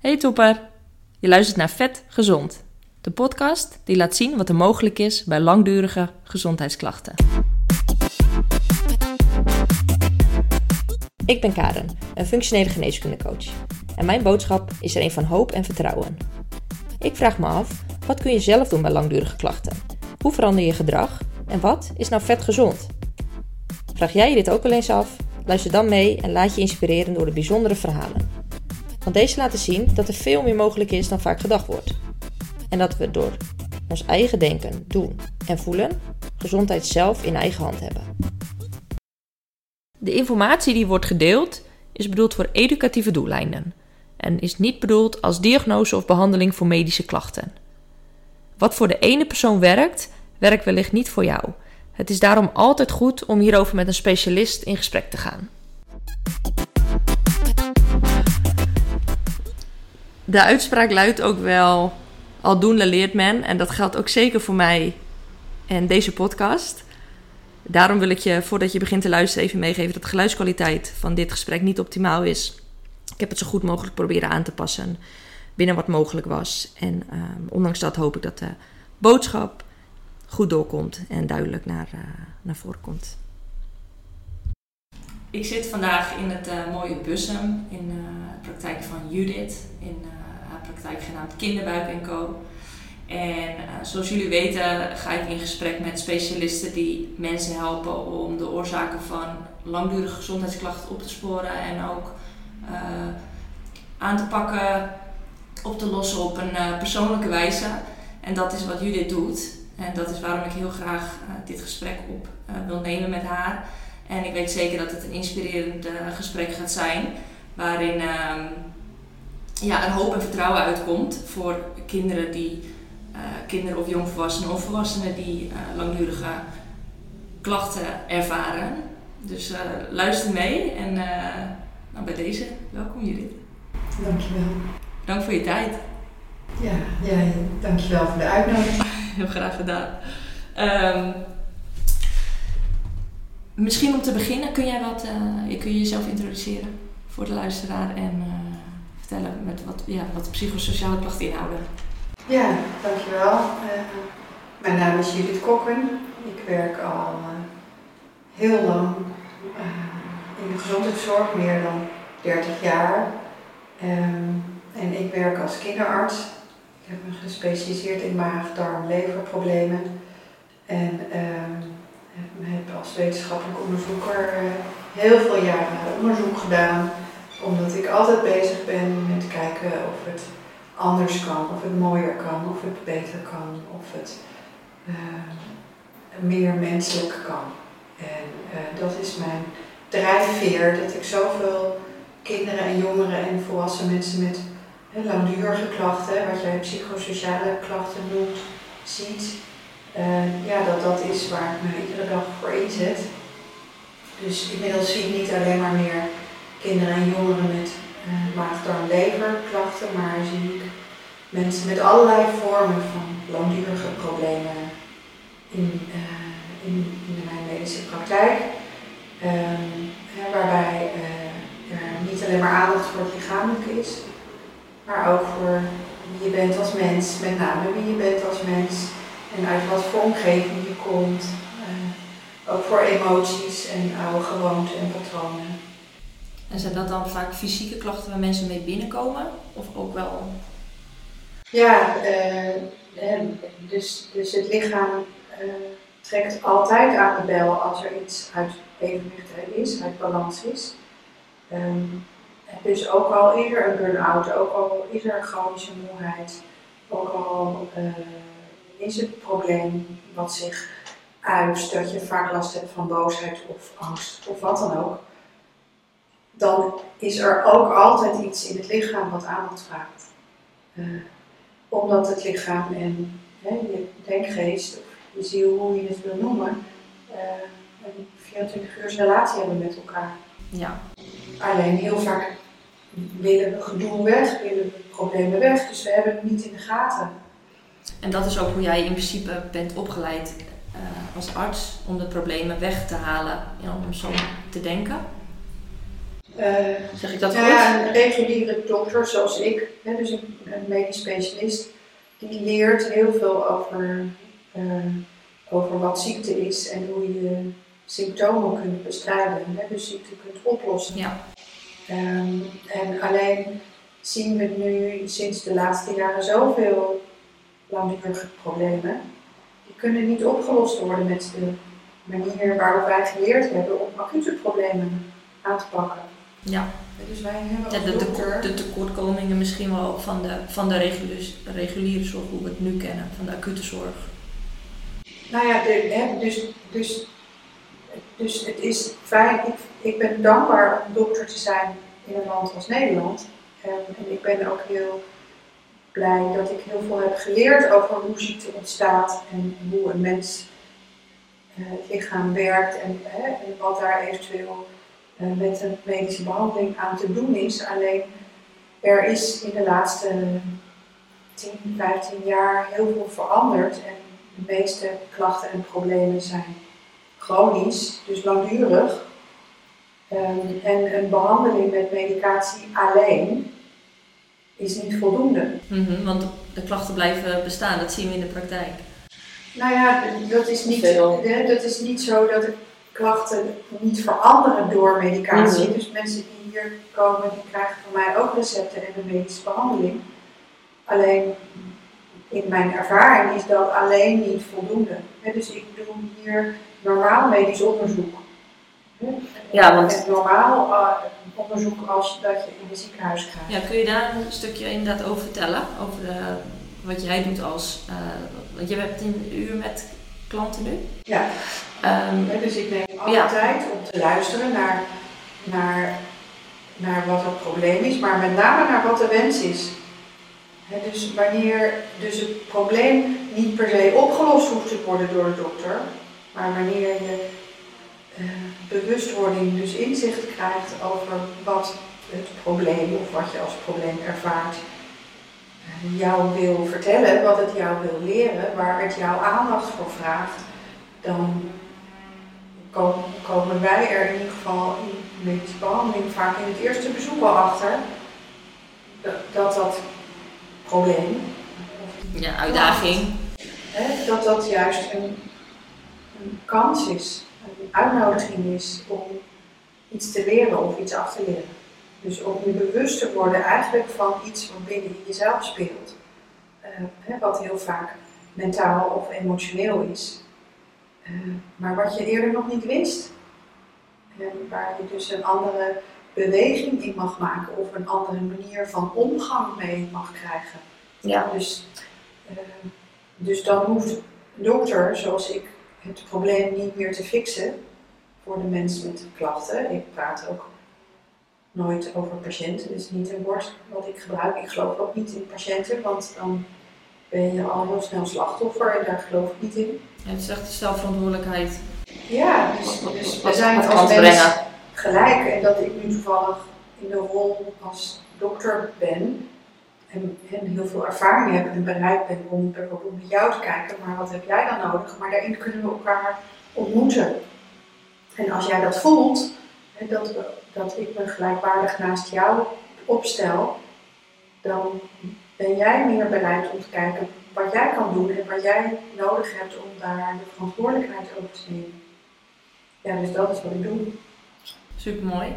Hey topper, je luistert naar Vet Gezond. De podcast die laat zien wat er mogelijk is bij langdurige gezondheidsklachten. Ik ben Karen, een functionele geneeskundecoach. En mijn boodschap is er een van hoop en vertrouwen. Ik vraag me af, wat kun je zelf doen bij langdurige klachten? Hoe verander je gedrag? En wat is nou vet gezond? Vraag jij je dit ook wel eens af? Luister dan mee en laat je inspireren door de bijzondere verhalen. Want deze laten zien dat er veel meer mogelijk is dan vaak gedacht wordt. En dat we door ons eigen denken, doen en voelen, gezondheid zelf in eigen hand hebben. De informatie die wordt gedeeld is bedoeld voor educatieve doeleinden en is niet bedoeld als diagnose of behandeling voor medische klachten. Wat voor de ene persoon werkt, werkt wellicht niet voor jou. Het is daarom altijd goed om hierover met een specialist in gesprek te gaan. De uitspraak luidt ook wel, aldoende leert men. En dat geldt ook zeker voor mij en deze podcast. Daarom wil ik je, voordat je begint te luisteren, even meegeven dat de geluidskwaliteit van dit gesprek niet optimaal is. Ik heb het zo goed mogelijk proberen aan te passen binnen wat mogelijk was. En ondanks dat hoop ik dat de boodschap goed doorkomt en duidelijk naar voren komt. Ik zit vandaag in het mooie Bussum, in de praktijk van Judith, in haar praktijk genaamd Kinderbuik & Co. En zoals jullie weten ga ik in gesprek met specialisten die mensen helpen om de oorzaken van langdurige gezondheidsklachten op te sporen en ook aan te pakken, op te lossen op een persoonlijke wijze. En dat is wat Judith doet. En dat is waarom ik heel graag dit gesprek op wil nemen met haar. En ik weet zeker dat het een inspirerend gesprek gaat zijn, waarin er hoop en vertrouwen uitkomt voor kinderen of jongvolwassenen of volwassenen die langdurige klachten ervaren. Dus luister mee en bij deze, welkom Judith. Dankjewel. Dank voor je tijd. Ja, dankjewel voor de uitnodiging. Heel graag gedaan. Misschien om te beginnen, kun je jezelf introduceren voor de luisteraar en vertellen met wat psychosociale klachten inhouden? Ja, dankjewel. Mijn naam is Judith Kokken. Ik werk al heel lang in de gezondheidszorg, meer dan 30 jaar. En ik werk als kinderarts. Ik heb me gespecialiseerd in maag, darm, leverproblemen. En heb als wetenschappelijk onderzoeker heel veel jaren onderzoek gedaan. Omdat ik altijd bezig ben met kijken of het anders kan, of het mooier kan, of het beter kan, of het meer menselijk kan. En dat is mijn drijfveer, dat ik zoveel kinderen en jongeren en volwassen mensen met langdurige klachten, wat jij psychosociale klachten noemt, ziet. Dat is waar ik me iedere dag voor inzet. Dus inmiddels zie ik niet alleen maar meer kinderen en jongeren met maag-darm-leverklachten, maar zie ik mensen met allerlei vormen van langdurige problemen in mijn medische praktijk. Waarbij er niet alleen maar aandacht voor het lichamelijke is, maar ook voor wie je bent als mens, met name wie je bent als mens en uit wat voor omgeving je komt. Ook voor emoties en oude gewoonten en patronen. En zijn dat dan vaak fysieke klachten waar mensen mee binnenkomen? Of ook wel? Ja, dus het lichaam trekt altijd aan de bel als er iets uit evenwicht is, uit balans is. Dus ook al is er een burn-out, ook al is er chronische moeheid, ook al is het probleem wat zich uit dat je vaak last hebt van boosheid of angst of wat dan ook, dan is er ook altijd iets in het lichaam wat aandacht vraagt. Omdat het lichaam en je denkgeest of je ziel, hoe je het wil noemen, een 24 uur relatie hebben met elkaar. Ja. Alleen heel vaak willen we gedoe weg, willen we problemen weg, dus we hebben het niet in de gaten. En dat is ook hoe jij in principe bent opgeleid als arts, om de problemen weg te halen, om zo te denken? Zeg ik dat goed? Ja, een reguliere dokter zoals ik, dus een medisch specialist, die leert heel veel over wat ziekte is en hoe je symptomen kunt bestrijden, dus ziekte kunt oplossen. Ja. En alleen zien we nu sinds de laatste jaren zoveel langdurige problemen. Die kunnen niet opgelost worden met de manier waarop wij geleerd hebben om acute problemen aan te pakken. Ja. Dus wij hebben de tekortkomingen misschien wel van de reguliere zorg, hoe we het nu kennen, van de acute zorg. Nou ja, dus het is fijn. Ik ben dankbaar om dokter te zijn in een land als Nederland. En ik ben ook heel blij dat ik heel veel heb geleerd over hoe ziekte ontstaat en hoe een mens het lichaam werkt en wat daar eventueel met een medische behandeling aan te doen is. Alleen er is in de laatste 10, 15 jaar heel veel veranderd en de meeste klachten en problemen zijn chronisch, dus langdurig. En een behandeling met medicatie alleen is niet voldoende. Want de klachten blijven bestaan, dat zien we in de praktijk. Nou ja, dat is niet zo dat de klachten niet veranderen door medicatie. Dus mensen die hier komen, die krijgen van mij ook recepten en een medische behandeling. Alleen in mijn ervaring is dat alleen niet voldoende. Dus ik doe hier normaal medisch onderzoek. Ja, want normaal onderzoek als dat je in een ziekenhuis krijgt. Ja, kun je daar een stukje inderdaad over vertellen? Over wat jij doet als... want je hebt een uur met klanten nu? Ja. Dus ik neem alle tijd om te luisteren naar wat het probleem is, maar met name naar wat de wens is. Dus wanneer het probleem niet per se opgelost hoeft te worden door de dokter, maar wanneer je bewustwording, dus inzicht krijgt over wat het probleem of wat je als probleem ervaart, jou wil vertellen, wat het jou wil leren, waar het jouw aandacht voor vraagt, dan komen wij er in ieder geval in medische behandeling vaak in het eerste bezoek al achter dat probleem, uitdaging, dat juist een kans is, een uitnodiging is om iets te leren of iets af te leren. Dus om je bewust te worden eigenlijk van iets wat binnen in jezelf speelt. Wat heel vaak mentaal of emotioneel is. Maar wat je eerder nog niet wist. En waar je dus een andere beweging in mag maken of een andere manier van omgang mee mag krijgen. Ja. Dus dan hoeft de dokter, zoals ik, het probleem niet meer te fixen voor de mens met klachten. Ik praat ook nooit over patiënten, dus niet een woord wat ik gebruik. Ik geloof ook niet in patiënten, want dan ben je al heel snel slachtoffer en daar geloof ik niet in. Het is echt de zelfverantwoordelijkheid. Ja, dus we zijn als mens gelijk en dat ik nu toevallig in de rol als dokter ben en heel veel ervaring heb en bereid ben om bijvoorbeeld met jou te kijken, maar wat heb jij dan nodig? Maar daarin kunnen we elkaar ontmoeten. En als jij dat voelt, dat ik me gelijkwaardig naast jou opstel, dan ben jij meer bereid om te kijken wat jij kan doen en wat jij nodig hebt om daar de verantwoordelijkheid over te nemen. Ja, dus dat is wat ik doe. Supermooi.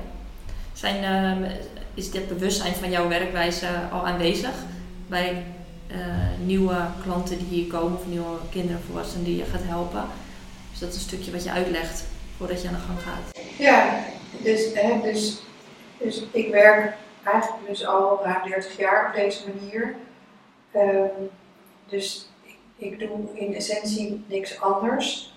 Is dit bewustzijn van jouw werkwijze al aanwezig bij nieuwe klanten die hier komen of nieuwe kinderen en volwassenen die je gaat helpen? Dus dat is een stukje wat je uitlegt voordat je aan de gang gaat. Ja, dus ik werk eigenlijk dus al ruim 30 jaar op deze manier. Dus ik doe in essentie niks anders.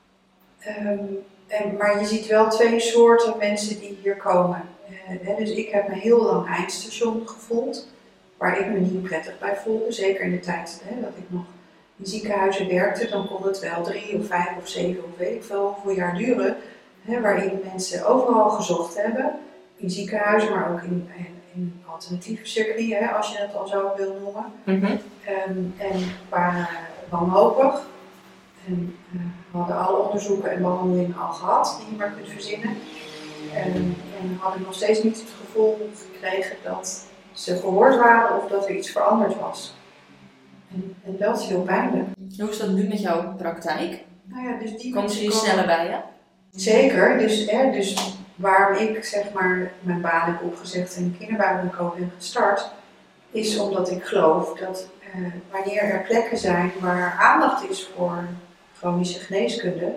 Maar je ziet wel twee soorten mensen die hier komen. Dus ik heb me heel lang eindstation gevoeld, waar ik me niet prettig bij voelde. Zeker in de tijd dat ik nog in ziekenhuizen werkte, dan kon het wel 3 of 5 of 7 of weet ik veel hoeveel jaar duren. Waarin mensen overal gezocht hebben, in ziekenhuizen, maar ook in alternatieve circuits, als je het al zo wil noemen. Mm-hmm. En waren wanhopig. En we hadden alle onderzoeken en behandelingen al gehad die je maar kunt verzinnen. En had ik nog steeds niet het gevoel gekregen dat ze gehoord waren of dat er iets veranderd was. En dat is heel pijnlijk. Hoe is dat nu met jouw praktijk? Nou ja, dus die Komen ze hier sneller bij je? Zeker, dus waarom ik zeg maar mijn baan heb opgezegd en kinderbuik en co ben gestart, is omdat ik geloof dat wanneer er plekken zijn waar aandacht is voor chronische geneeskunde,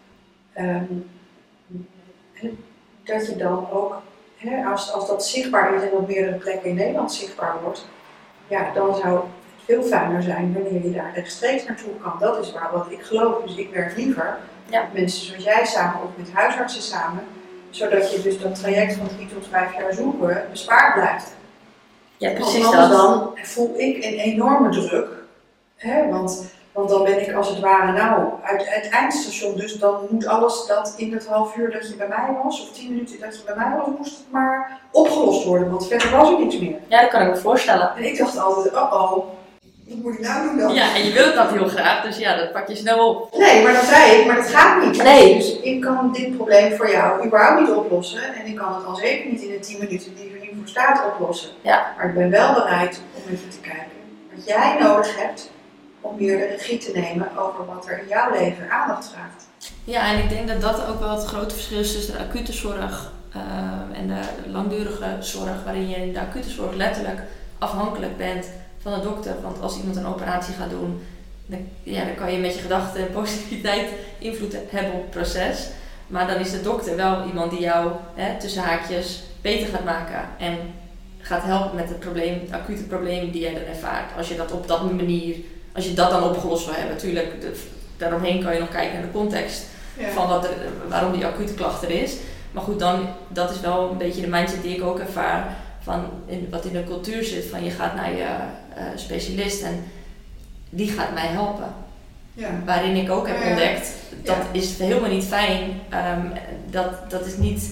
dat je dan ook, als dat zichtbaar is en op meerdere plekken in Nederland zichtbaar wordt, ja, dan zou het veel fijner zijn wanneer je daar rechtstreeks naartoe kan. Dat is wat ik geloof, dus ik werk liever met mensen zoals jij samen of met huisartsen samen, zodat je dus dat traject van 3 tot 5 jaar zoeken bespaard blijft. Ja, precies. Want anders dan voel ik een enorme druk, want dan ben ik als het ware uit het eindstation, dus dan moet alles dat in het half uur dat je bij mij was, of 10 minuten dat je bij mij was, moest het maar opgelost worden, want verder was er niks meer. Ja, dat kan ik me voorstellen. En ik dacht altijd, wat moet ik nou doen dan? Ja, en je wilt dat heel graag, dus ja, dat pak je snel op. Nee, maar dan zei ik, maar dat gaat niet. Nee. Dus ik kan dit probleem voor jou überhaupt niet oplossen en ik kan het al zeker niet in de 10 minuten die er nu voor staat oplossen. Ja. Maar ik ben wel bereid om even te kijken wat jij nodig hebt om weer de regie te nemen over wat er in jouw leven aandacht vraagt. Ja, en ik denk dat dat ook wel het grote verschil is tussen de acute zorg en de langdurige zorg, waarin je in de acute zorg letterlijk afhankelijk bent van de dokter. Want als iemand een operatie gaat doen, dan kan je met je gedachten en positiviteit invloed hebben op het proces. Maar dan is de dokter wel iemand die jou tussen haakjes beter gaat maken en gaat helpen met het acute probleem die jij dan ervaart. Als je dat op dat manier, als je dat dan opgelost wil hebben, natuurlijk, daaromheen kan je nog kijken naar de context van waarom die acute klacht er is. Maar goed, dat is wel een beetje de mindset die ik ook ervaar van wat in de cultuur zit. Van je gaat naar je specialist en die gaat mij helpen. Ja. Waarin ik ook heb ontdekt, dat is helemaal niet fijn. Dat is niet,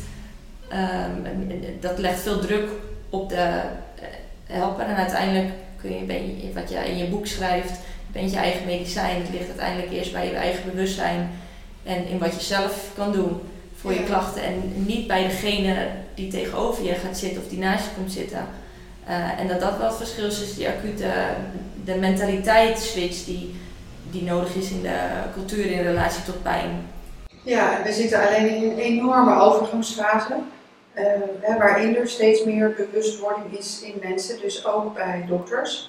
dat legt veel druk op de helper. En uiteindelijk wat je in je boek schrijft, bent je eigen medicijn. Het ligt uiteindelijk eerst bij je eigen bewustzijn en in wat je zelf kan doen voor je klachten. En niet bij degene die tegenover je gaat zitten of die naast je komt zitten. En dat wel het verschil is tussen die acute, de mentaliteitsswitch die nodig is in de cultuur in relatie tot pijn. Ja, we zitten alleen in een enorme overgangsfase. Waarin er steeds meer bewustwording is in mensen, dus ook bij dokters.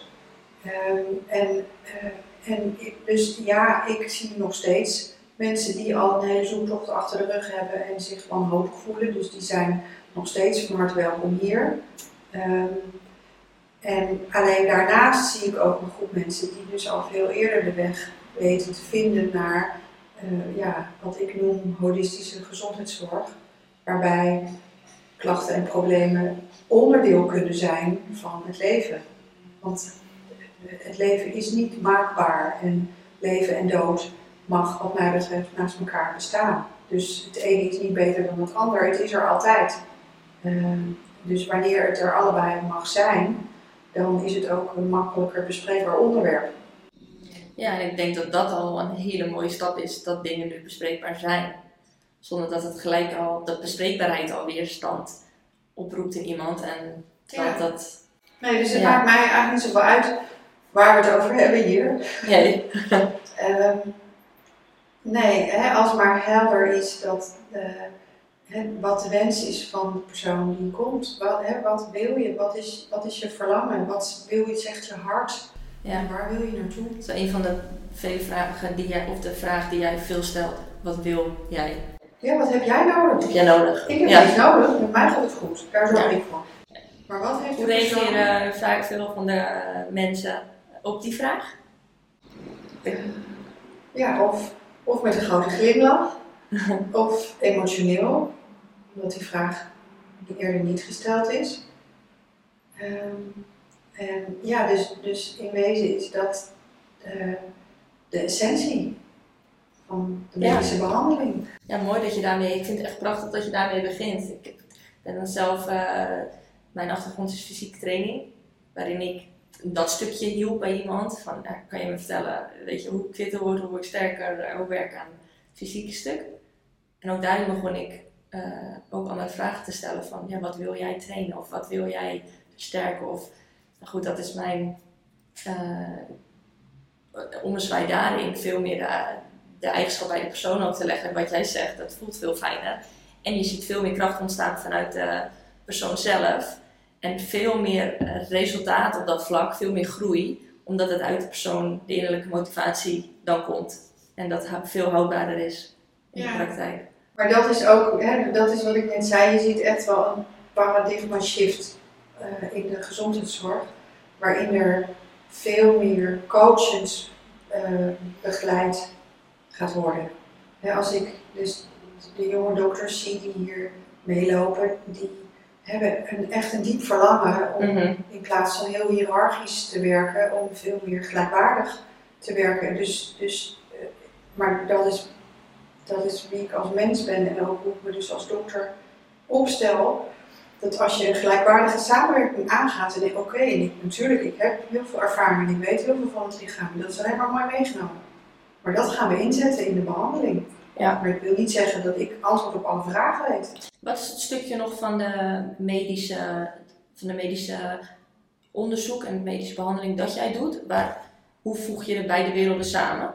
Ik zie nog steeds mensen die al een hele zoektocht achter de rug hebben en zich wanhopig voelen. Dus die zijn nog steeds van harte welkom hier. En alleen daarnaast zie ik ook een groep mensen die dus al veel eerder de weg weten te vinden naar wat ik noem holistische gezondheidszorg. Waarbij klachten en problemen onderdeel kunnen zijn van het leven. Want het leven is niet maakbaar en leven en dood mag wat mij betreft naast elkaar bestaan. Dus het ene is niet beter dan het ander, het is er altijd. Dus wanneer het er allebei mag zijn, dan is het ook een makkelijker bespreekbaar onderwerp. Ja, en ik denk dat dat al een hele mooie stap is, dat dingen nu bespreekbaar zijn. Zonder dat het gelijk al, dat bespreekbaarheid al weerstand oproept in iemand. En dat... Nee, dus het maakt mij eigenlijk niet zoveel uit waar we het over hebben hier. Nee. Als maar helder is dat wat de wens is van de persoon die komt. Wat wil je? Wat is je verlangen? Wat wil je, zegt je hart? Ja. En waar wil je naartoe? Dat is een van de vele vragen de vraag die jij veel stelt. Wat wil jij? Ja, wat heb jij nodig? Wat heb jij nodig? Ik heb niets nodig, met mij gaat het goed. Daar zorg ik voor. Maar wat heeft hoe reageren vaak veel van de mensen op die vraag? Ja, of met een grote glimlach, of emotioneel, omdat die vraag eerder niet gesteld is. Dus in wezen is dat de essentie van de medische behandeling. Ja, mooi dat je daarmee, ik vind het echt prachtig dat je daarmee begint. Ik ben dan zelf, mijn achtergrond is fysieke training, waarin ik dat stukje hielp bij iemand. Van, kan je me vertellen, weet je, hoe ik fitter word, hoe ik sterker, hoe werk aan het fysieke stuk. En ook daarin begon ik ook andere vragen te stellen van ja, wat wil jij trainen of wat wil jij versterken of goed, dat is mijn ommezwaai daarin veel meer de eigenschap bij de persoon ook te leggen. En wat jij zegt, dat voelt veel fijner. En je ziet veel meer kracht ontstaan vanuit de persoon zelf. En veel meer resultaat op dat vlak, veel meer groei. Omdat het uit de persoon, de innerlijke motivatie dan komt. En dat veel houdbaarder is in de praktijk. Maar dat is ook, dat is wat ik net zei, je ziet echt wel een paradigma shift in de gezondheidszorg. Waarin er veel meer coaches begeleid gaat worden. Als ik dus de jonge dokters zie die hier meelopen, die hebben echt een diep verlangen om in plaats van heel hiërarchisch te werken, om veel meer gelijkwaardig te werken. Maar dat is wie ik als mens ben en ook hoe ik me dus als dokter opstel. Dat als je een gelijkwaardige samenwerking aangaat en denkt, oké, natuurlijk, ik heb heel veel ervaring en ik weet heel veel van het lichaam. Dat is alleen maar mooi meegenomen. Maar dat gaan we inzetten in de behandeling. Ja. Maar ik wil niet zeggen dat ik antwoord op alle vragen weet. Wat is het stukje nog van de medische onderzoek en de medische behandeling dat jij doet? Hoe voeg je de beide werelden samen?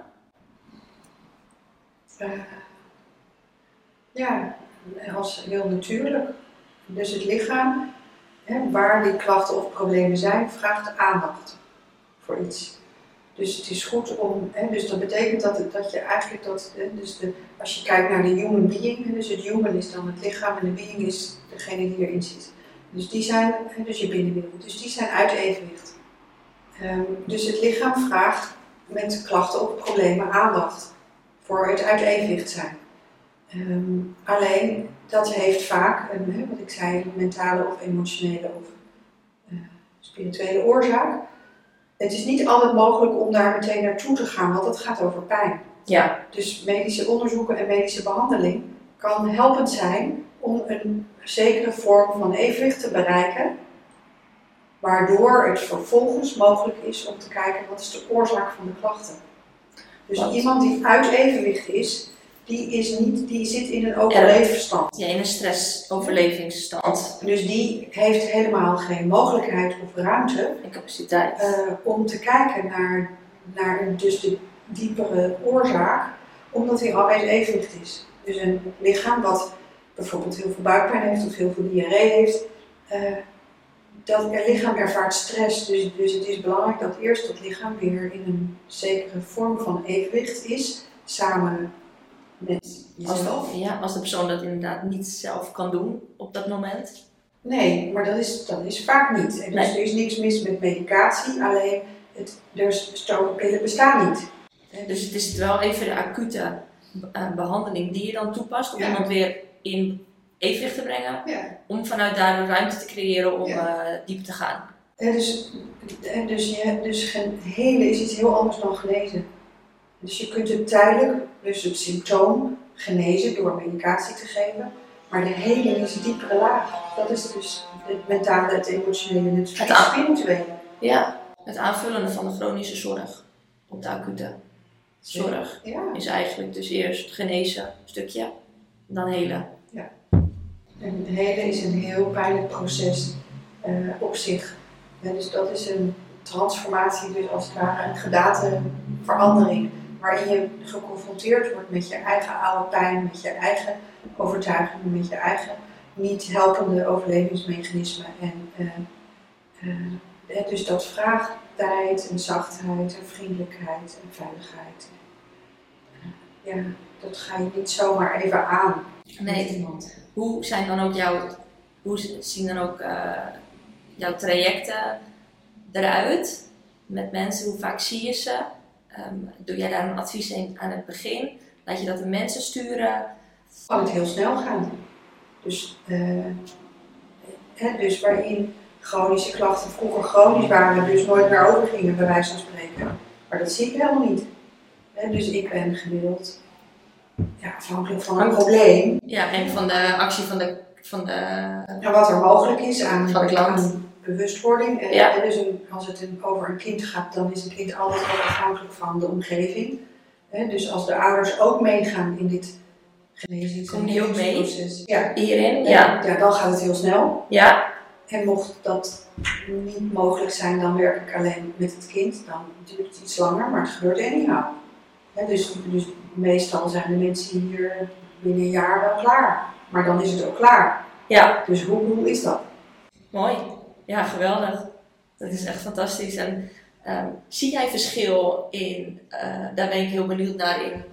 Als heel natuurlijk. Dus het lichaam, waar die klachten of problemen zijn, vraagt aandacht voor iets. Dus het is goed om, dus dat betekent dat je eigenlijk als je kijkt naar de human being, dus het human is dan het lichaam en de being is degene die erin zit. Dus die zijn, dus je binnenwereld, dus die zijn uit evenwicht. Dus het lichaam vraagt met klachten of problemen aandacht voor het uit evenwicht zijn. Alleen dat heeft vaak wat ik zei, een mentale of emotionele of spirituele oorzaak. Het is niet altijd mogelijk om daar meteen naartoe te gaan, want het gaat over pijn. Ja. Dus medische onderzoeken en medische behandeling kan helpend zijn om een zekere vorm van evenwicht te bereiken, waardoor het vervolgens mogelijk is om te kijken wat is de oorzaak van de klachten. Dus iemand die uit evenwicht is, die zit in een overleefstand. Ja, in een stress-overlevingsstand. Dus die heeft helemaal geen mogelijkheid of ruimte en capaciteit om te kijken naar dus de diepere oorzaak, omdat hij al uit evenwicht is. Dus een lichaam wat bijvoorbeeld heel veel buikpijn heeft of heel veel diarree heeft, dat lichaam ervaart stress. Dus het is belangrijk dat eerst het lichaam weer in een zekere vorm van evenwicht is, samen met jezelf. Als de persoon dat inderdaad niet zelf kan doen op dat moment. Nee, maar dat is vaak niet. En dus er is niks mis met medicatie, alleen strokenpillen bestaan niet. Dus het is wel even de acute behandeling die je dan toepast om iemand weer in evenwicht te brengen. Ja. Om vanuit daar een ruimte te creëren om dieper te gaan. Dus helen is iets heel anders dan genezen. Dus je kunt het tijdelijk, dus het symptoom, genezen door medicatie te geven. Maar de heling is een diepere laag. Dat is dus het mentale, het emotionele en het spirituele. Ja, het aanvullen van de chronische zorg op de acute zorg is eigenlijk dus eerst genezen stukje, dan helen. Ja. En helen is een heel pijnlijk proces op zich. Dus dat is een transformatie, dus als het ware een gedaanteverandering. Waarin je geconfronteerd wordt met je eigen oude pijn, met je eigen overtuigingen, met je eigen niet helpende overlevingsmechanismen. Dus dat vraagt tijd en zachtheid en vriendelijkheid en veiligheid. Dat ga je niet zomaar even aan. Nee, hoe zien dan ook jouw trajecten eruit met mensen? Hoe vaak zie je ze? Doe jij daar een advies in aan het begin? Laat je dat de mensen sturen? Kan het heel snel gaan. Dus waarin chronische klachten vroeger chronisch waren, dus nooit meer overgingen bij wijze van spreken. Maar dat zie ik helemaal niet. Dus ik ben gemiddeld afhankelijk van een probleem. Ja, en van de actie van wat er mogelijk is van de klant. Aan bewustwording. Dus als het over een kind gaat, dan is een kind altijd ook afhankelijk van de omgeving. Dus als de ouders ook meegaan in dit genezing. Kom je ook mee? Proces. Ja. Hierin? Ja. Ja, dan gaat het heel snel. Ja. En mocht dat niet mogelijk zijn, dan werk ik alleen met het kind. Dan duurt het iets langer, maar het gebeurt anyhow. Dus meestal zijn de mensen hier binnen een jaar wel klaar. Maar dan is het ook klaar. Ja. Dus hoe is dat? Mooi. Ja, geweldig. Dat is echt fantastisch. En zie jij verschil in, daar ben ik heel benieuwd naar, in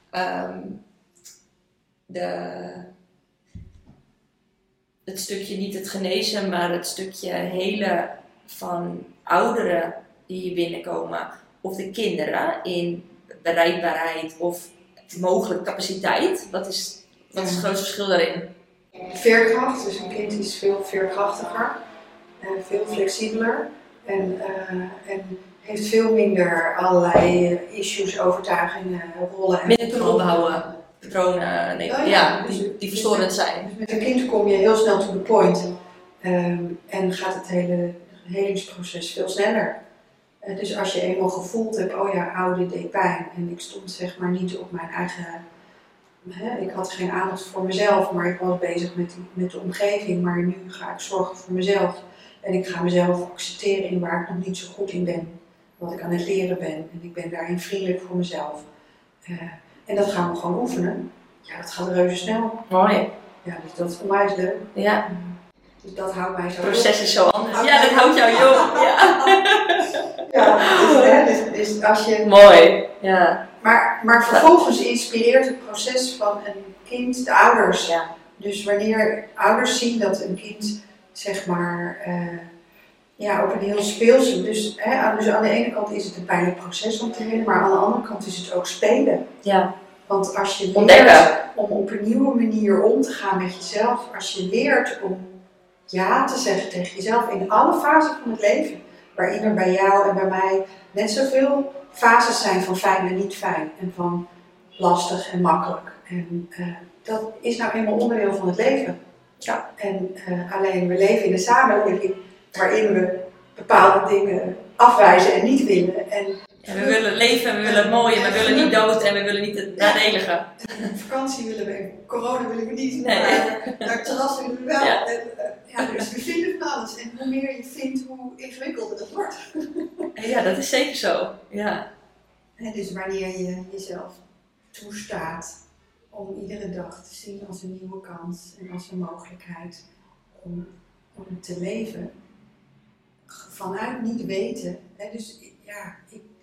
het stukje, niet het genezen, maar het stukje helen van ouderen die hier binnenkomen, of de kinderen in bereikbaarheid of mogelijk capaciteit? Wat is het grootste verschil daarin? Veerkracht, dus een kind is veel veerkrachtiger, veel flexibeler en heeft veel minder allerlei issues, overtuigingen, rollen en minder opbouwen. Patronen, die verstorend zijn. Dus met een kind kom je heel snel to the point en gaat het hele helingsproces veel sneller. Dus als je eenmaal gevoeld hebt, oh ja, oude deed pijn en ik stond zeg maar niet op mijn eigen, ik had geen aandacht voor mezelf, maar ik was bezig met de omgeving, maar nu ga ik zorgen voor mezelf en ik ga mezelf accepteren in waar ik nog niet zo goed in ben, wat ik aan het leren ben en ik ben daarin vriendelijk voor mezelf. En dat gaan we gewoon oefenen. Ja, dat gaat reuze snel. Mooi. Ja, dus dat is voor mij leuk. Ja. Dus dat houdt mij zo. Het proces is zo anders. Ja, dat houdt jou jong. Ja. Ja, dus als je. Mooi. Ja. Maar vervolgens inspireert het proces van een kind de ouders. Ja. Dus wanneer ouders zien dat een kind, zeg maar, op een heel speelse. Dus aan de ene kant is het een pijnlijk proces om te leren, maar aan de andere kant is het ook spelen. Ja. Want als je ontdekken. Leert om op een nieuwe manier om te gaan met jezelf, als je leert om ja te zeggen tegen jezelf in alle fasen van het leven, waarin er bij jou en bij mij net zoveel fases zijn van fijn en niet fijn en van lastig en makkelijk. En dat is nou eenmaal onderdeel van het leven. Ja. En alleen we leven in een samenleving waarin we bepaalde dingen afwijzen en niet willen. En we willen leven en we willen het mooie, we willen niet dood en we willen niet het nadelige. Vakantie willen we, corona willen we niet, nee. Maar naar het terras willen we wel. Ja. Dus we vinden van alles. En hoe meer je vindt, hoe ingewikkelder het wordt. Ja, dat is zeker zo. Ja. En dus wanneer je jezelf toestaat om iedere dag te zien als een nieuwe kans en als een mogelijkheid om te leven, vanuit niet weten. Dus ja,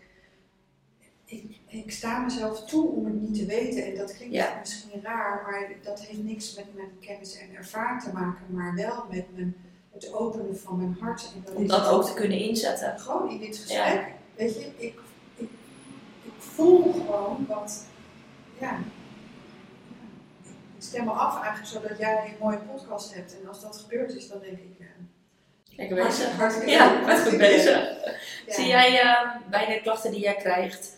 ik sta mezelf toe om het niet te weten en dat klinkt misschien raar, maar dat heeft niks met mijn kennis en ervaring te maken, maar wel met het openen van mijn hart. En om dat ook te kunnen inzetten. Gewoon in dit gesprek. Ja. Weet je, ik voel gewoon wat, ik stem me af eigenlijk zodat jij een mooie podcast hebt en als dat gebeurd is, dan denk ik, lekker bezig. Hartstikke bezig. Ja. Zie jij bij de klachten die jij krijgt,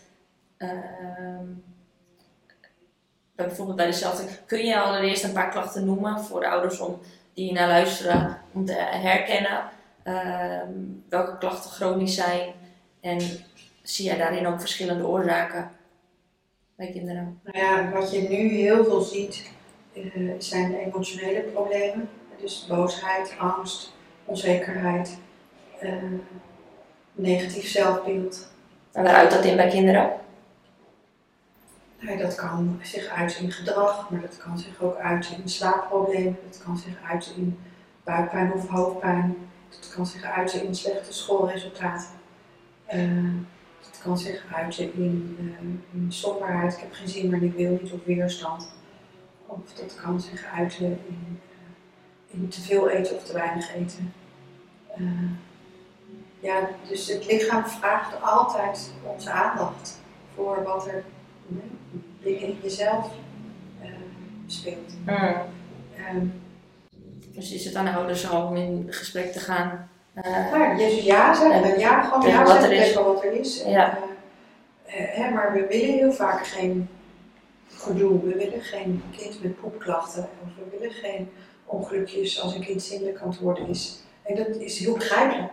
bijvoorbeeld bij dezelfde, kun je allereerst een paar klachten noemen voor de ouders die hier naar luisteren, om te herkennen welke klachten chronisch zijn en zie jij daarin ook verschillende oorzaken bij kinderen? Nou ja, wat je nu heel veel ziet zijn emotionele problemen, dus boosheid, angst, onzekerheid, negatief zelfbeeld. En waar uit dat in bij kinderen? Nou, dat kan zich uiten in gedrag, maar dat kan zich ook uiten in slaapproblemen, dat kan zich uiten in buikpijn of hoofdpijn, dat kan zich uiten in slechte schoolresultaten, dat kan zich uiten in somberheid, ik heb geen zin maar ik wil niet, of weerstand. Of dat kan zich uiten in te veel eten of te weinig eten. Dus het lichaam vraagt altijd onze aandacht voor wat er binnen in jezelf speelt. Dus is het aan de ouders al om in gesprek te gaan? Dus ja zeggen. Ja, gewoon ja zeggen tegen wat er is. Ja. Maar we willen heel vaak geen gedoe. We willen geen kind met poepklachten. Of we willen geen ongelukjes als een kind zindelijk aan het worden is. En dat is heel begrijpelijk.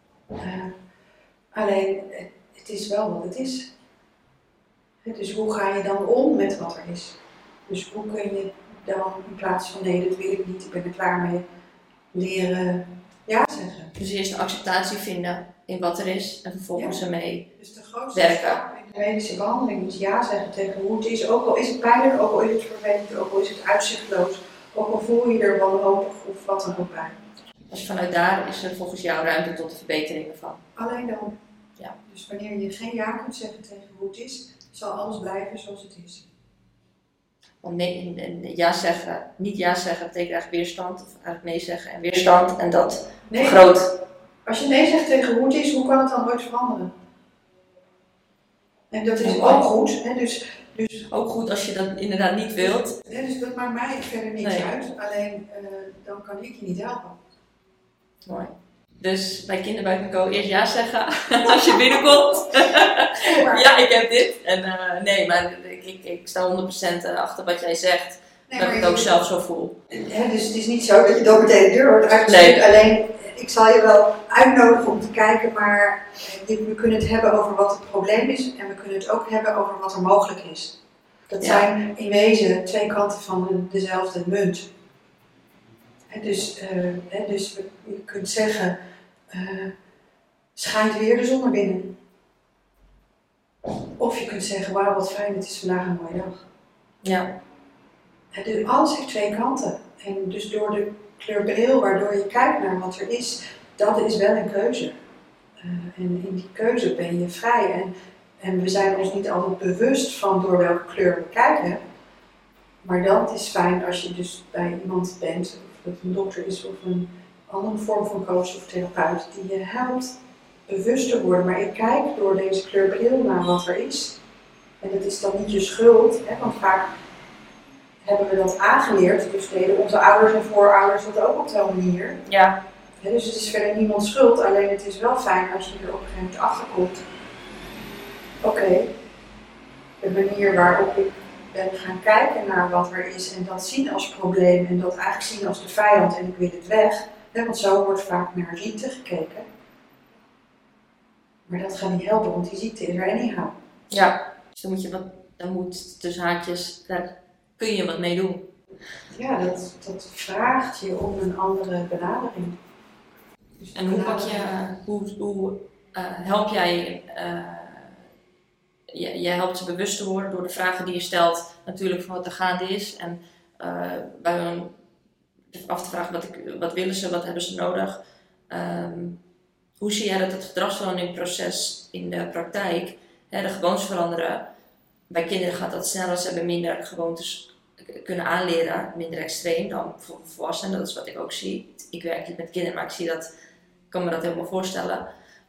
Alleen, het is wel wat het is. Dus hoe ga je dan om met wat er is? Dus hoe kun je dan in plaats van nee, dat wil ik niet, ik ben er klaar mee, leren ja zeggen. Dus eerst de acceptatie vinden in wat er is en vervolgens ermee dus de grootste werken. stap in de medische behandeling is ja zeggen tegen hoe het is. Ook al is het pijnlijk, ook al is het vervelend, ook al is het uitzichtloos, ook al voel je er wanhopig of wat dan ook bij. Dus vanuit daar is er volgens jou ruimte tot de verbeteringen van. Alleen dan. Ja. Dus wanneer je geen ja kunt zeggen tegen hoe het is, zal alles blijven zoals het is. Want nee, ja zeggen, niet ja zeggen betekent eigenlijk weerstand, of eigenlijk nee zeggen en weerstand en dat vergroot. Als je nee zegt tegen hoe het is, hoe kan het dan ooit veranderen? En dat is ook goed. Hè? Dus ook goed als je dat inderdaad niet wilt. Dus dat maakt mij verder niks uit. Alleen dan kan ik je niet helpen. Mooi. Dus bij Kinderbuik & Co eerst ja zeggen als je binnenkomt. Ja, ik heb dit. En nee, maar ik sta 100% achter wat jij zegt. Dat ik het ook zelf zo voel. Dus het is niet zo dat je dan meteen de deur wordt uitgestuurd. Nee. Alleen, ik zal je wel uitnodigen om te kijken, maar we kunnen het hebben over wat het probleem is. En we kunnen het ook hebben over wat er mogelijk is. Dat zijn in wezen twee kanten van dezelfde munt. Dus je kunt zeggen, schijnt weer de zon naar binnen. Of je kunt zeggen, wauw wat fijn, het is vandaag een mooie dag. Ja. Dus alles heeft twee kanten. En dus door de kleurbril waardoor je kijkt naar wat er is, dat is wel een keuze. En in die keuze ben je vrij. En we zijn ons niet altijd bewust van door welke kleur we kijken. Maar dat is fijn als je dus bij iemand bent, of dat een dokter is of een andere vorm van coach of therapeut, die je helpt bewust te worden. Maar ik kijk door deze kleurbril naar wat er is. En dat is dan niet je schuld, hè, want vaak hebben we dat aangeleerd. Dus deden onze ouders en voorouders dat ook op zo'n manier. Ja. Dus het is verder niemands schuld, alleen het is wel fijn als je er op een gegeven moment achter komt. Oké, de manier waarop ik ben gaan kijken naar wat er is en dat zien als probleem en dat eigenlijk zien als de vijand en ik wil het weg. Want zo wordt vaak naar ziekte gekeken. Maar dat gaat niet helpen, want die ziekte is er anyhow. Ja, dus dan moet tussen haakjes, daar kun je wat mee doen. Ja, dat vraagt je om een andere benadering. Dus en hoe help jij, je helpt ze bewust te worden door de vragen die je stelt, natuurlijk van wat er gaande is. En bij af te vragen wat willen ze, wat hebben ze nodig. Hoe zie jij dat het gedragsveranderingproces in de praktijk, de gewoontes veranderen? Bij kinderen gaat dat sneller, ze hebben minder gewoontes kunnen aanleren, minder extreem dan voor volwassenen. Dat is wat ik ook zie. Ik werk niet met kinderen, maar ik kan me dat helemaal voorstellen.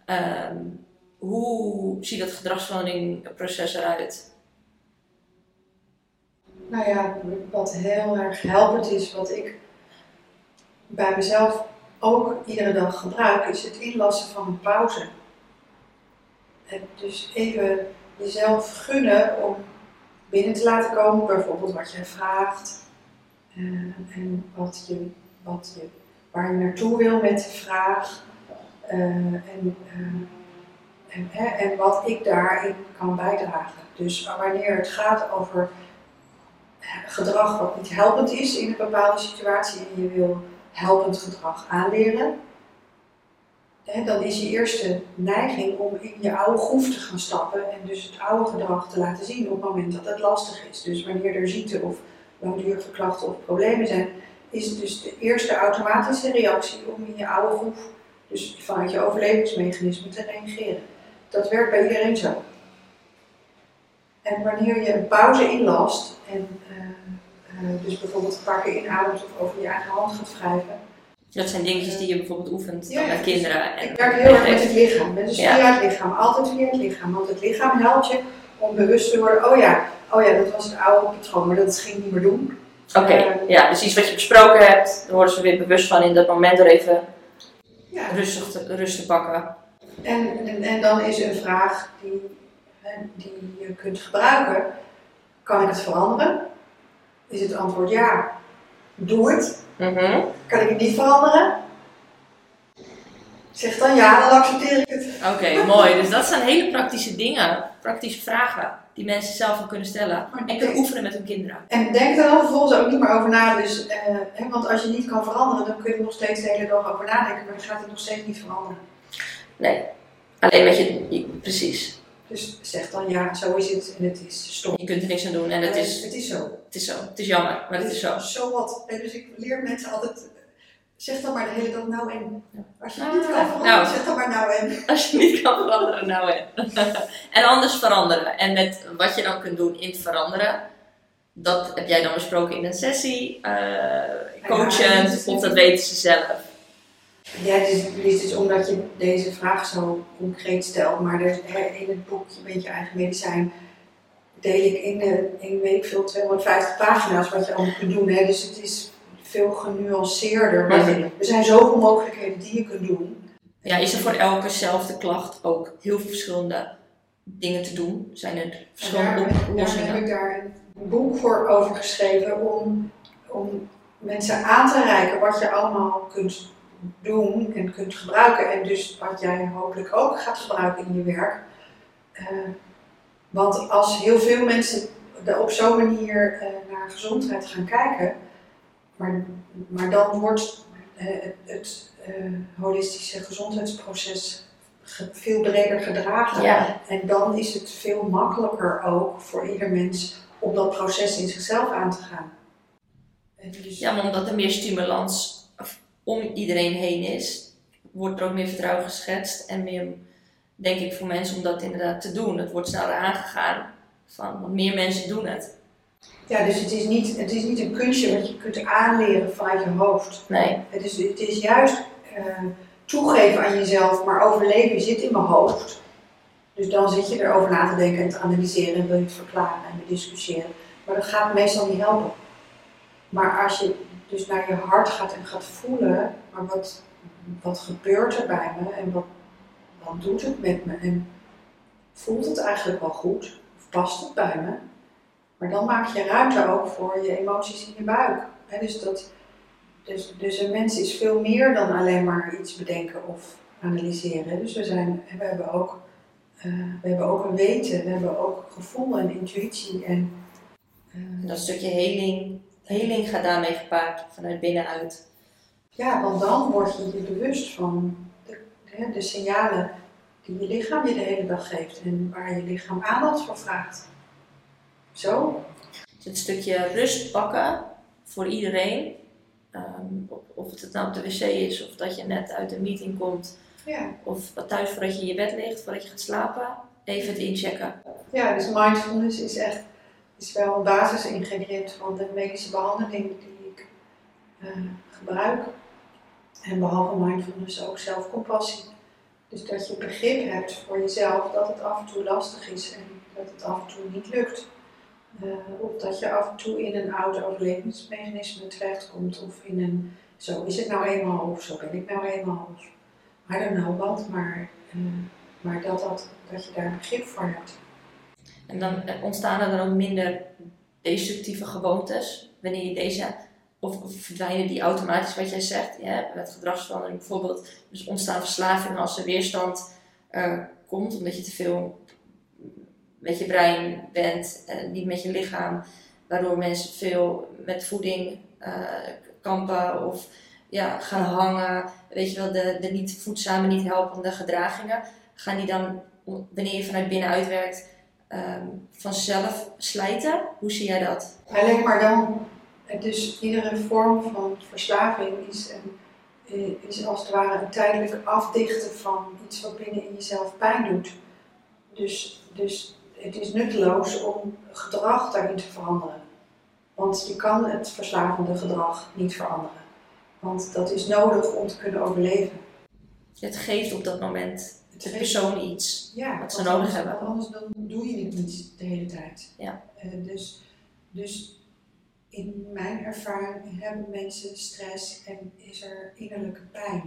Hoe ziet dat gedragsveranderingproces eruit? Nou ja, wat heel erg helpend is, wat ik bij mezelf ook iedere dag gebruik, is het inlassen van een pauze. En dus even jezelf gunnen om binnen te laten komen, bijvoorbeeld wat jij vraagt en waar je naartoe wil met de vraag en wat ik daarin kan bijdragen. Dus wanneer het gaat over gedrag wat niet helpend is in een bepaalde situatie en je wil helpend gedrag aanleren, dan is je eerste neiging om in je oude groef te gaan stappen en dus het oude gedrag te laten zien op het moment dat het lastig is. Dus wanneer er ziekte of langdurige klachten of problemen zijn, is het dus de eerste automatische reactie om in je oude groef, dus vanuit je overlevingsmechanisme, te reageren. Dat werkt bij iedereen zo. En wanneer je een pauze inlast en dus bijvoorbeeld een paar keer inademt of over je eigen hand gaat wrijven. Dat zijn dingetjes die je bijvoorbeeld oefent met kinderen. Ik werk heel erg met het lichaam. Dus via het lichaam, altijd via het lichaam. Want het lichaam helpt je om bewust te worden, oh ja, dat was het oude patroon, maar dat ging ik niet meer doen. Oké, dus iets wat je besproken hebt, daar worden ze weer bewust van in dat moment door even rust te pakken. En dan is een vraag die je kunt gebruiken, kan ik het veranderen? Is het antwoord ja, doe het. Kan ik het niet veranderen? Zeg dan ja, dan accepteer ik het. Oké, mooi. Dus dat zijn hele praktische dingen, praktische vragen die mensen zelf al kunnen stellen en kunnen oefenen met hun kinderen. En denk er dan vervolgens ook niet meer over na. Dus, want als je niet kan veranderen, dan kun je er nog steeds de hele dag over nadenken, maar dan gaat het nog steeds niet veranderen. Nee, alleen met je precies. Dus zeg dan ja, zo is het en het is stom. Je kunt er niks aan doen en het is zo. Het is zo. Het is jammer, maar het is zo. Zo wat. Dus ik leer mensen altijd, zeg dan maar de hele dag nou en. Als je niet kan veranderen, zeg dan maar nou en. Als je niet kan veranderen, nou en. En anders veranderen. En met wat je dan kunt doen in het veranderen, dat heb jij dan besproken in een sessie, coachend, of dat weten ze zelf. Ja, het is dus omdat je deze vraag zo concreet stelt, maar in het boekje Bent je eigen medicijn deel ik in weet ik veel 250 pagina's wat je allemaal kunt doen. Hè? Dus het is veel genuanceerder. Er zijn zoveel mogelijkheden die je kunt doen. Ja, is er voor elkezelfde klacht ook heel veel verschillende dingen te doen? Zijn er verschillende oplossingen? Daar heb ik daar een boek voor over geschreven om mensen aan te reiken wat je allemaal kunt doen en kunt gebruiken. En dus wat jij hopelijk ook gaat gebruiken in je werk. Want als heel veel mensen op zo'n manier naar gezondheid gaan kijken, maar dan wordt het holistische gezondheidsproces veel breder gedragen. Ja. En dan is het veel makkelijker ook voor ieder mens om dat proces in zichzelf aan te gaan. Dus ja, maar omdat er meer stimulans om iedereen heen is, wordt er ook meer vertrouwen geschetst en meer, denk ik, voor mensen om dat inderdaad te doen. Het wordt sneller aangegaan, want meer mensen doen het. Ja, dus het is niet een kunstje wat je kunt aanleren vanuit je hoofd. Nee. Het is juist toegeven aan jezelf, maar overleven zit in mijn hoofd. Dus dan zit je erover na te denken en te analyseren en wil je het verklaren en discussiëren. Maar dat gaat meestal niet helpen. Maar als je dus naar je hart gaat en gaat voelen, maar wat gebeurt er bij me en wat doet het met me en voelt het eigenlijk wel goed of past het bij me? Maar dan maak je ruimte ook voor je emoties in je buik. Dus een mens is veel meer dan alleen maar iets bedenken of analyseren. Dus we hebben ook een weten, we hebben ook gevoel en intuïtie. En dat stukje heling gaat daarmee gepaard, vanuit binnenuit. Ja, want dan word je je bewust van de signalen die je lichaam je de hele dag geeft en waar je lichaam aandacht voor vraagt. Zo. Dus het stukje rust pakken voor iedereen. Of het nou op de wc is, of dat je net uit een meeting komt. Ja. Of thuis voordat je in je bed ligt, voordat je gaat slapen. Even het inchecken. Ja, dus mindfulness is wel een basisingrediënt van de medische behandeling die ik gebruik. En behalve mindfulness ook zelfcompassie. Dus dat je begrip hebt voor jezelf dat het af en toe lastig is en dat het af en toe niet lukt. Of dat je af en toe in een oud overlevingsmechanisme terechtkomt of in een zo is het nou eenmaal of zo ben ik nou eenmaal of I don't know wat, maar dat je daar begrip voor hebt. En dan ontstaan er dan ook minder destructieve gewoontes wanneer je deze, of verdwijnen die automatisch wat jij zegt, ja, met gedragsverandering bijvoorbeeld. Dus ontstaan verslavingen als er weerstand komt, omdat je te veel met je brein bent en niet met je lichaam, waardoor mensen veel met voeding kampen of ja, gaan hangen, weet je wel, de niet voedzame, niet helpende gedragingen, gaan die dan, wanneer je vanuit binnenuit werkt, vanzelf slijten? Hoe zie jij dat? Alleen maar dan, dus iedere vorm van verslaving is als het ware een tijdelijk afdichten van iets wat binnen in jezelf pijn doet. Dus het is nutteloos om gedrag daarin te veranderen. Want je kan het verslavende gedrag niet veranderen. Want dat is nodig om te kunnen overleven. Het geeft op dat moment de persoon iets wat ze nodig hebben. Want anders dan doe je het niet de hele tijd. Ja. Dus in mijn ervaring hebben mensen stress en is er innerlijke pijn.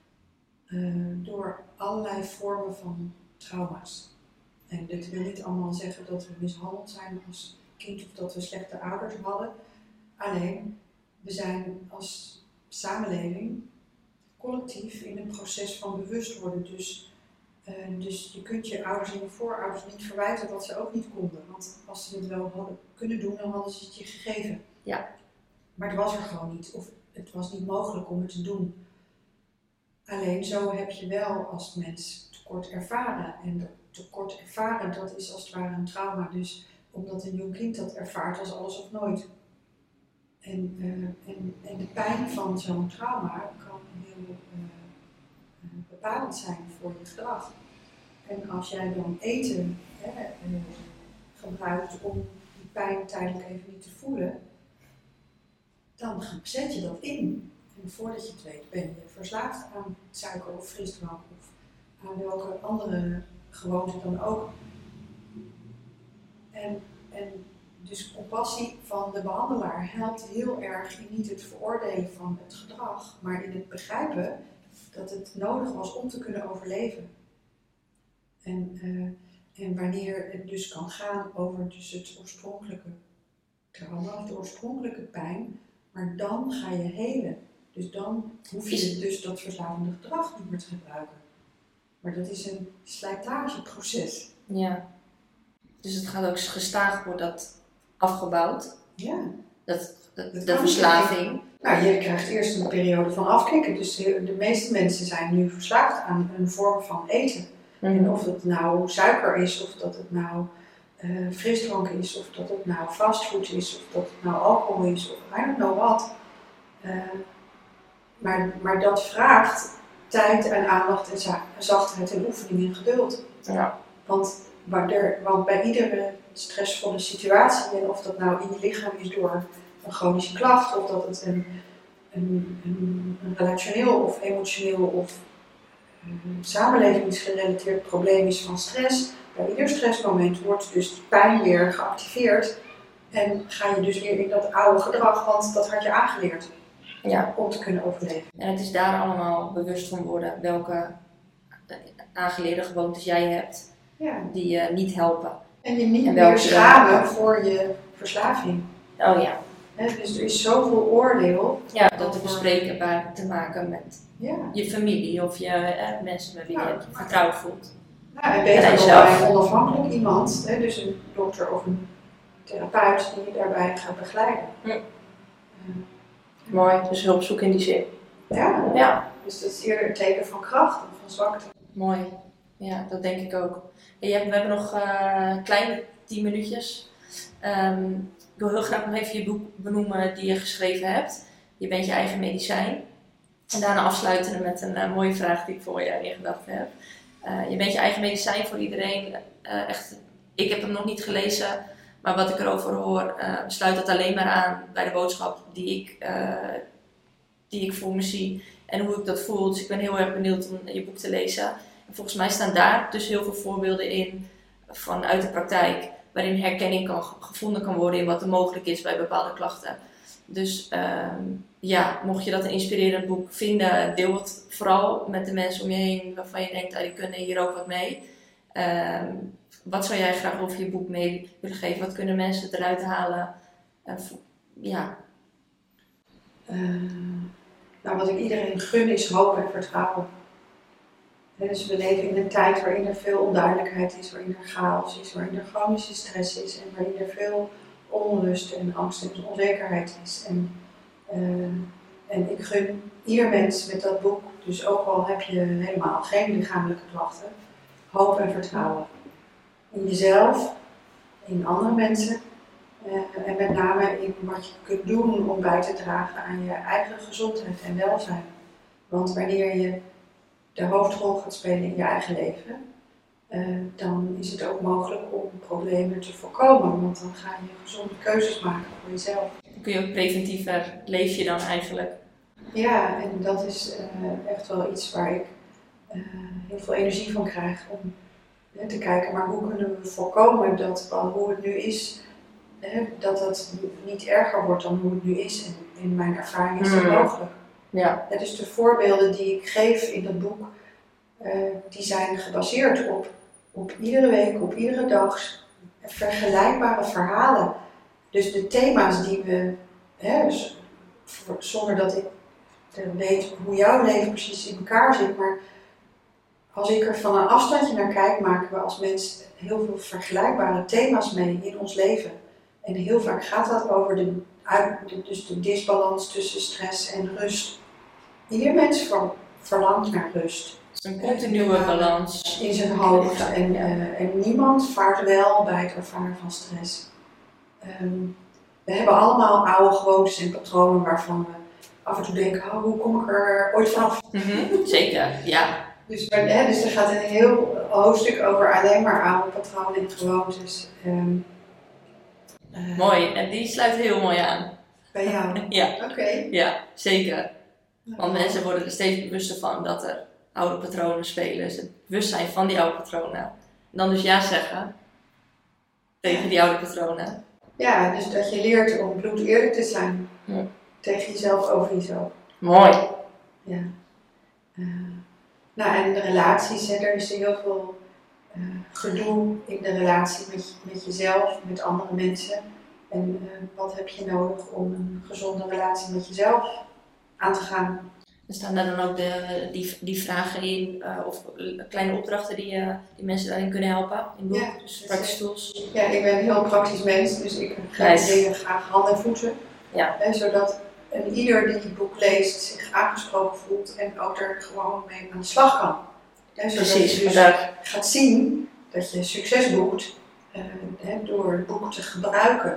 Door allerlei vormen van trauma's. En dit wil niet allemaal zeggen dat we mishandeld zijn als kind of dat we slechte ouders hadden. Alleen, we zijn als samenleving collectief in een proces van bewust worden. Dus Dus je kunt je ouders en je voorouders niet verwijten wat ze ook niet konden. Want als ze het wel hadden kunnen doen, dan hadden ze het je gegeven. Ja. Maar het was er gewoon niet. Of het was niet mogelijk om het te doen. Alleen zo heb je wel als mens tekort ervaren. En dat tekort ervaren, dat is als het ware een trauma. Dus omdat een jong kind dat ervaart als alles of nooit. En de pijn van zo'n trauma kan heel bepalend zijn voor je gedrag. En als jij dan eten gebruikt om die pijn tijdelijk even niet te voelen, dan zet je dat in. En voordat je het weet ben je verslaafd aan suiker of frisdrank of aan welke andere gewoonte dan ook. En dus compassie van de behandelaar helpt heel erg in niet het veroordelen van het gedrag, maar in het begrijpen dat het nodig was om te kunnen overleven. En wanneer het dus kan gaan over dus het oorspronkelijke trauma of de oorspronkelijke pijn, maar dan ga je helen. Dus dan hoef je dus dat verslavende gedrag niet meer te gebruiken. Maar dat is een slijtageproces. Ja. Dus het gaat ook gestaag worden dat afgebouwd. Ja. De verslaving. Nou, je krijgt eerst een periode van afkicken. Dus de meeste mensen zijn nu verslaafd aan een vorm van eten. En of het nou suiker is, of dat het nou frisdrank is, of dat het nou fastfood is, of dat het nou alcohol is, of I don't know what. Maar dat vraagt tijd en aandacht en zachtheid en oefening en geduld. Ja. Want bij iedere stressvolle situatie, en of dat nou in je lichaam is door een chronische klacht, of dat het een relationeel of emotioneel of samenlevingsgerelateerd probleem is van stress, bij ieder stressmoment wordt dus de pijn weer geactiveerd en ga je dus weer in dat oude gedrag, want dat had je aangeleerd om te kunnen overleven. En het is daar allemaal bewust van worden welke aangeleerde gewoontes jij hebt die je niet helpen. En je niet meer schamen voor je verslaving. Oh ja. Dus er is zoveel oordeel. Ja, dat bespreekbaar te maken met je familie of je mensen met wie je vertrouwd voelt. Ja, en beter nog bij een onafhankelijk iemand, dus een dokter of een therapeut die je daarbij gaat begeleiden. Mooi, dus hulp zoeken in die zin. Ja, dus dat is eerder een teken van kracht dan van zwakte. Mooi, ja, dat denk ik ook. We hebben nog kleine 10 minuutjes. Ik wil heel graag nog even je boek benoemen die je geschreven hebt. Je bent je eigen medicijn. En daarna afsluiten met een mooie vraag die ik voor jou in gedachten heb. Je bent je eigen medicijn voor iedereen. Echt, ik heb hem nog niet gelezen, maar wat ik erover hoor, sluit dat alleen maar aan bij de boodschap die ik voor me zie en hoe ik dat voel. Dus ik ben heel erg benieuwd om je boek te lezen. En volgens mij staan daar dus heel veel voorbeelden in vanuit de praktijk, waarin herkenning gevonden kan worden in wat er mogelijk is bij bepaalde klachten. Dus mocht je dat een inspirerend boek vinden, deel het vooral met de mensen om je heen waarvan je denkt, die kunnen hier ook wat mee. Wat zou jij graag over je boek mee willen geven? Wat kunnen mensen eruit halen? Wat ik iedereen gun is hoop en vertrouwen. Dus we leven in een tijd waarin er veel onduidelijkheid is, waarin er chaos is, waarin er chronische stress is en waarin er veel onrust en angst en onzekerheid is. En ik gun ieder mens met dat boek, dus ook al heb je helemaal geen lichamelijke klachten, hoop en vertrouwen. In jezelf, in andere mensen en met name in wat je kunt doen om bij te dragen aan je eigen gezondheid en welzijn. Want wanneer je de hoofdrol gaat spelen in je eigen leven, dan is het ook mogelijk om problemen te voorkomen, want dan ga je gezonde keuzes maken voor jezelf. Dan kun je ook preventiever leef je dan eigenlijk. Ja, en dat is echt wel iets waar ik heel veel energie van krijg om te kijken, maar hoe kunnen we voorkomen dat hoe het nu is, dat het niet erger wordt dan hoe het nu is. En in mijn ervaring is dat mogelijk. Ja. Dus de voorbeelden die ik geef in dat boek, die zijn gebaseerd op iedere week, op iedere dag, vergelijkbare verhalen. Dus de thema's die we, zonder dat ik weet hoe jouw leven precies in elkaar zit, maar als ik er van een afstandje naar kijk, maken we als mens heel veel vergelijkbare thema's mee in ons leven. En heel vaak gaat dat over dus de disbalans tussen stress en rust. Ieder mens verlangt naar rust. Een continue balans. In zijn hoofd. En niemand vaart wel bij het ervaren van stress. We hebben allemaal oude gewoontes en patronen waarvan we af en toe denken, hoe kom ik er ooit vanaf? Zeker, ja. Dus er gaat een heel hoofdstuk over alleen maar oude patronen en gewoontes. Mooi, en die sluit heel mooi aan. Bij jou? Ja. Oké. Ja, zeker. Want mensen worden er steeds bewuster van dat er oude patronen spelen. Dus het bewustzijn van die oude patronen. En dan dus ja zeggen tegen die oude patronen. Ja, dus dat je leert om bloed eerlijk te zijn. Ja. Tegen jezelf over jezelf. Mooi. Ja. En de relaties, er is heel veel gedoe in de relatie met jezelf, met andere mensen. En wat heb je nodig om een gezonde relatie met jezelf aan te gaan? Er staan daar dan ook die vragen in, of kleine opdrachten die mensen daarin kunnen helpen in boek, dus practice tools. Ja, ik ben een heel praktisch mens, dus ik geef dingen graag handen en voeten. Ja. Zodat ieder die het boek leest zich aangesproken voelt en ook er gewoon mee aan de slag kan. Zodat Precies, je dus gaat zien dat je succes boekt door het boek te gebruiken.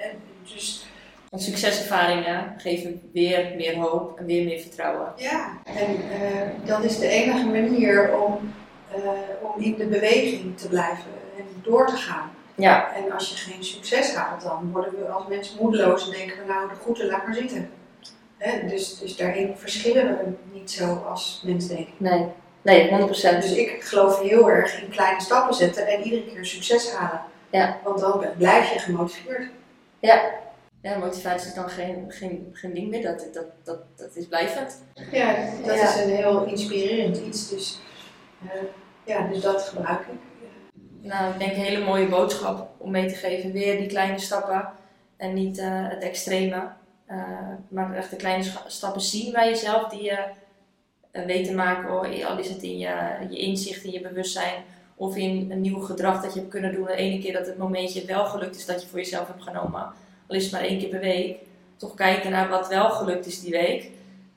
Want succeservaringen geven weer meer hoop en weer meer vertrouwen. Ja, en dat is de enige manier om in de beweging te blijven en door te gaan. Ja. En als je geen succes haalt, dan worden we als mensen moedeloos en denken we de groeten, laat maar zitten. Dus daarin verschillen we niet zo als mens, denk ik. Nee, 100%. Dus ik geloof heel erg in kleine stappen zetten en iedere keer succes halen. Ja. Want dan blijf je gemotiveerd. Ja, motivatie is dan geen ding meer, dat is blijvend. Ja, dat is een heel inspirerend iets, dus dat gebruik ik. Nou, ik denk een hele mooie boodschap om mee te geven. Weer die kleine stappen en niet het extreme. Maar echt de kleine stappen zien bij jezelf die je weet te maken. Al is het in je inzicht, in je bewustzijn of in een nieuw gedrag dat je hebt kunnen doen. De ene keer dat het momentje wel gelukt is dat je voor jezelf hebt genomen. Al is het maar 1 keer per week. Toch kijken naar wat wel gelukt is die week.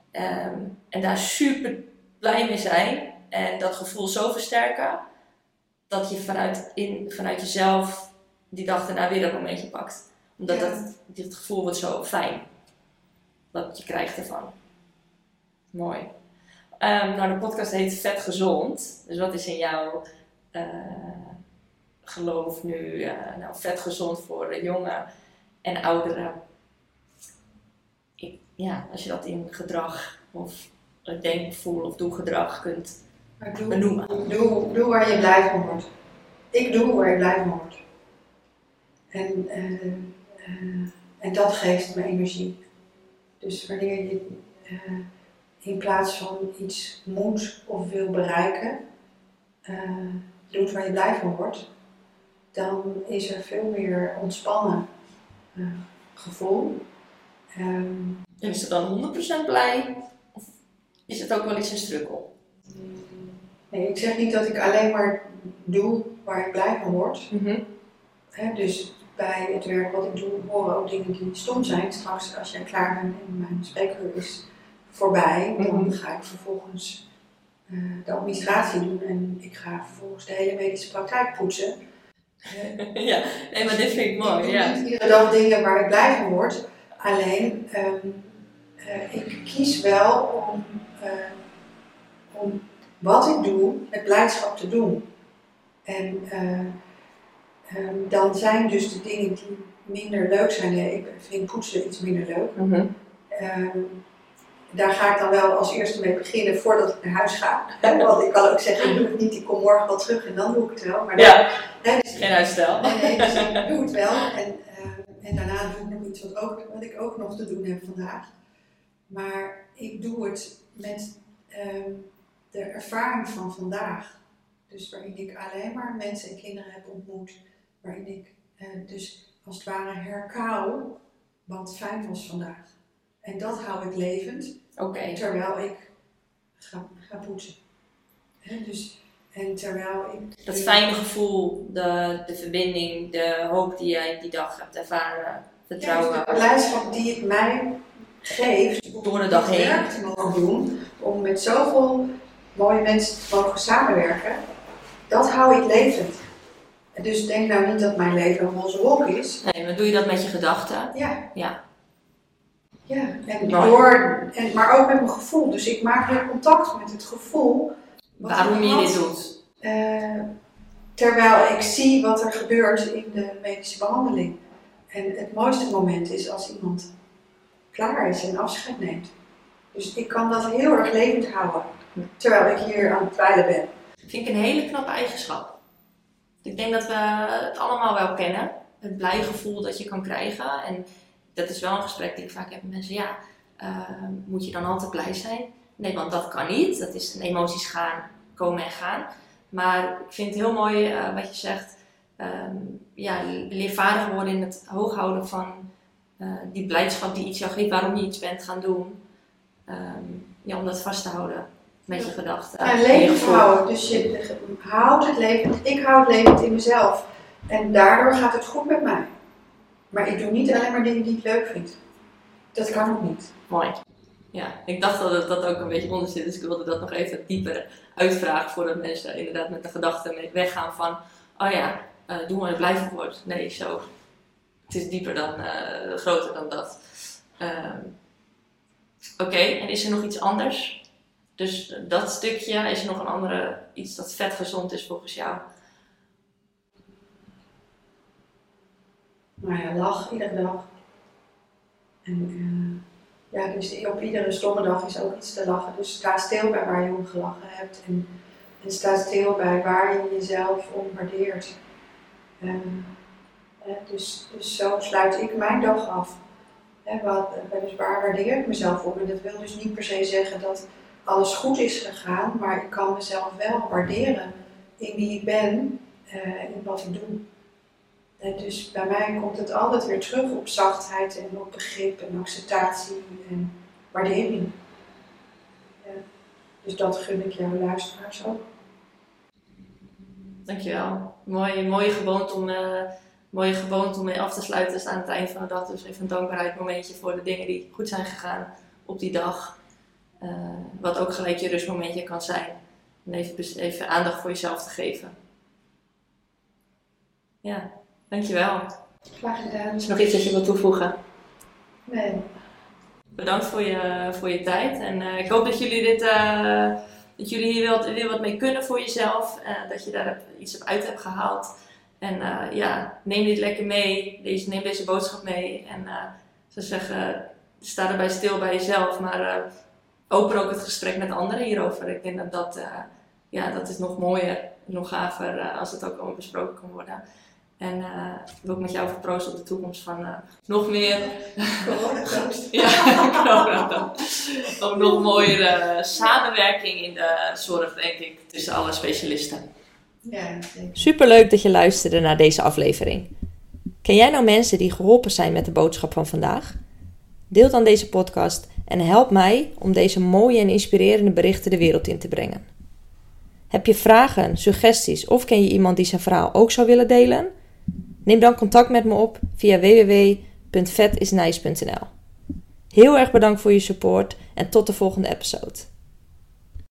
En daar super blij mee zijn. En dat gevoel zo versterken. Dat je vanuit jezelf die dag daarna weer dat momentje pakt. Omdat dit gevoel wordt zo fijn. Dat je krijgt ervan. Mooi. De podcast heet Vet Gezond. Dus wat is in jouw geloof nu vet gezond voor jongen en ouderen? Als je dat in gedrag of denk, voel of doegedrag kunt benoemen. Doe waar je blij van wordt. Ik doe waar je blij van wordt. En dat geeft me energie. Dus wanneer je in plaats van iets moet of wil bereiken, doet waar je blij van wordt, dan is er veel meer ontspannen gevoel. En is het dan 100% blij? Of is het ook wel eens een struggle? Nee, ik zeg niet dat ik alleen maar doe waar ik blij van word. Mm-hmm. Dus bij het werk wat ik doe horen ook dingen die stom zijn. Straks als jij klaar bent en mijn spreekuur is voorbij, dan ga ik vervolgens de administratie doen en ik ga vervolgens de hele medische praktijk poetsen. Maar dit vind ik mooi. Ik doe niet iedere dag dingen waar ik blij van word. Alleen, ik kies wel om wat ik doe met blijdschap te doen. En dan zijn dus de dingen die minder leuk zijn. Ik vind poetsen iets minder leuk. Mm-hmm. Daar ga ik dan wel als eerste mee beginnen voordat ik naar huis ga. Want ik kan ook zeggen, ik doe het niet, ik kom morgen wel terug en dan doe ik het wel. Maar dus geen uitstel. Nee, dus ik doe het wel. En daarna doe ik nog iets wat ik ook nog te doen heb vandaag. Maar ik doe het met de ervaring van vandaag. Dus waarin ik alleen maar mensen en kinderen heb ontmoet. Waarin ik dus als het ware herkauw wat fijn was vandaag. En dat hou ik levend. Okay. Terwijl ik ga poetsen. En terwijl ik... Dat fijne gevoel, de verbinding, de hoop die jij die dag hebt ervaren, vertrouwen. Ja, dus de blijdschap die het mij geeft door de dag heen werk te mogen doen, om met zoveel mooie mensen te mogen samenwerken, dat hou ik levend. En dus denk nou niet dat mijn leven een roze wolk is. Nee, maar doe je dat met je gedachten? Ja, maar ook met mijn gevoel. Dus ik maak weer contact met het gevoel. Waarom je dit doet? Terwijl ik zie wat er gebeurt in de medische behandeling. En het mooiste moment is als iemand klaar is en afscheid neemt. Dus ik kan dat heel erg levend houden, terwijl ik hier aan het dweilen ben. Vind ik een hele knappe eigenschap. Ik denk dat we het allemaal wel kennen. Het blije gevoel dat je kan krijgen. En dat is wel een gesprek die ik vaak heb met mensen. Moet je dan altijd blij zijn? Nee, want dat kan niet. Dat is emoties komen en gaan. Maar ik vind het heel mooi wat je zegt. Leer vaardig worden in het hooghouden van die blijdschap die iets jou geeft. Waarom je iets bent gaan doen. Om dat vast te houden met je gedachten. En levend houden. Dus je houdt het levend. Ik hou het levend in mezelf. En daardoor gaat het goed met mij. Maar ik doe niet alleen maar dingen die ik leuk vind. Dat kan ook niet. Mooi. Ja, ik dacht dat ook een beetje onder zit. Dus ik wilde dat nog even dieper uitvragen. Voordat mensen inderdaad met de gedachten weggaan van... doe maar het blijven wordt. Nee, zo. Het is dieper dan, groter dan dat. Oké, en is er nog iets anders? Dus dat stukje, is er nog een andere, iets dat vet gezond is volgens jou? Nou ja, lach iedere dag. En dus op iedere stomme dag is ook iets te lachen. Dus sta stil bij waar je om gelachen hebt. En sta stil bij waar je jezelf om waardeert. Dus zo sluit ik mijn dag af. Dus waar waardeer ik mezelf om? En dat wil dus niet per se zeggen dat alles goed is gegaan, maar ik kan mezelf wel waarderen in wie ik ben en in wat ik doe. En dus bij mij komt het altijd weer terug op zachtheid en op begrip en acceptatie en waardering. Dus dat gun ik jouw luisteraars ook. Dankjewel. Mooie gewoonte om mee af te sluiten. Dus aan het eind van de dag dus even een dankbaarheidsmomentje voor de dingen die goed zijn gegaan op die dag. Wat ook gelijk je rustmomentje kan zijn. En even aandacht voor jezelf te geven. Ja, dankjewel. Graag gedaan. Is er nog iets dat je wilt toevoegen? Nee. Bedankt voor je tijd. En ik hoop dat jullie dat jullie hier weer wat mee kunnen voor jezelf. Dat je daar iets uit hebt gehaald. En neem dit lekker mee. Neem deze boodschap mee. En ik zou zeggen, sta erbij stil bij jezelf. Maar open ook het gesprek met anderen hierover. Ik denk dat is nog mooier, nog gaver als het ook allemaal besproken kan worden. En wil ik met jou verproosten op de toekomst van nog meer... corona. Ook nog mooiere samenwerking in de zorg, denk ik, tussen alle specialisten. Ja, zeker. Superleuk dat je luisterde naar deze aflevering. Ken jij nou mensen die geholpen zijn met de boodschap van vandaag? Deel dan deze podcast en help mij om deze mooie en inspirerende berichten de wereld in te brengen. Heb je vragen, suggesties of ken je iemand die zijn verhaal ook zou willen delen? Neem dan contact met me op via www.vetisnice.nl. Heel erg bedankt voor je support en tot de volgende episode.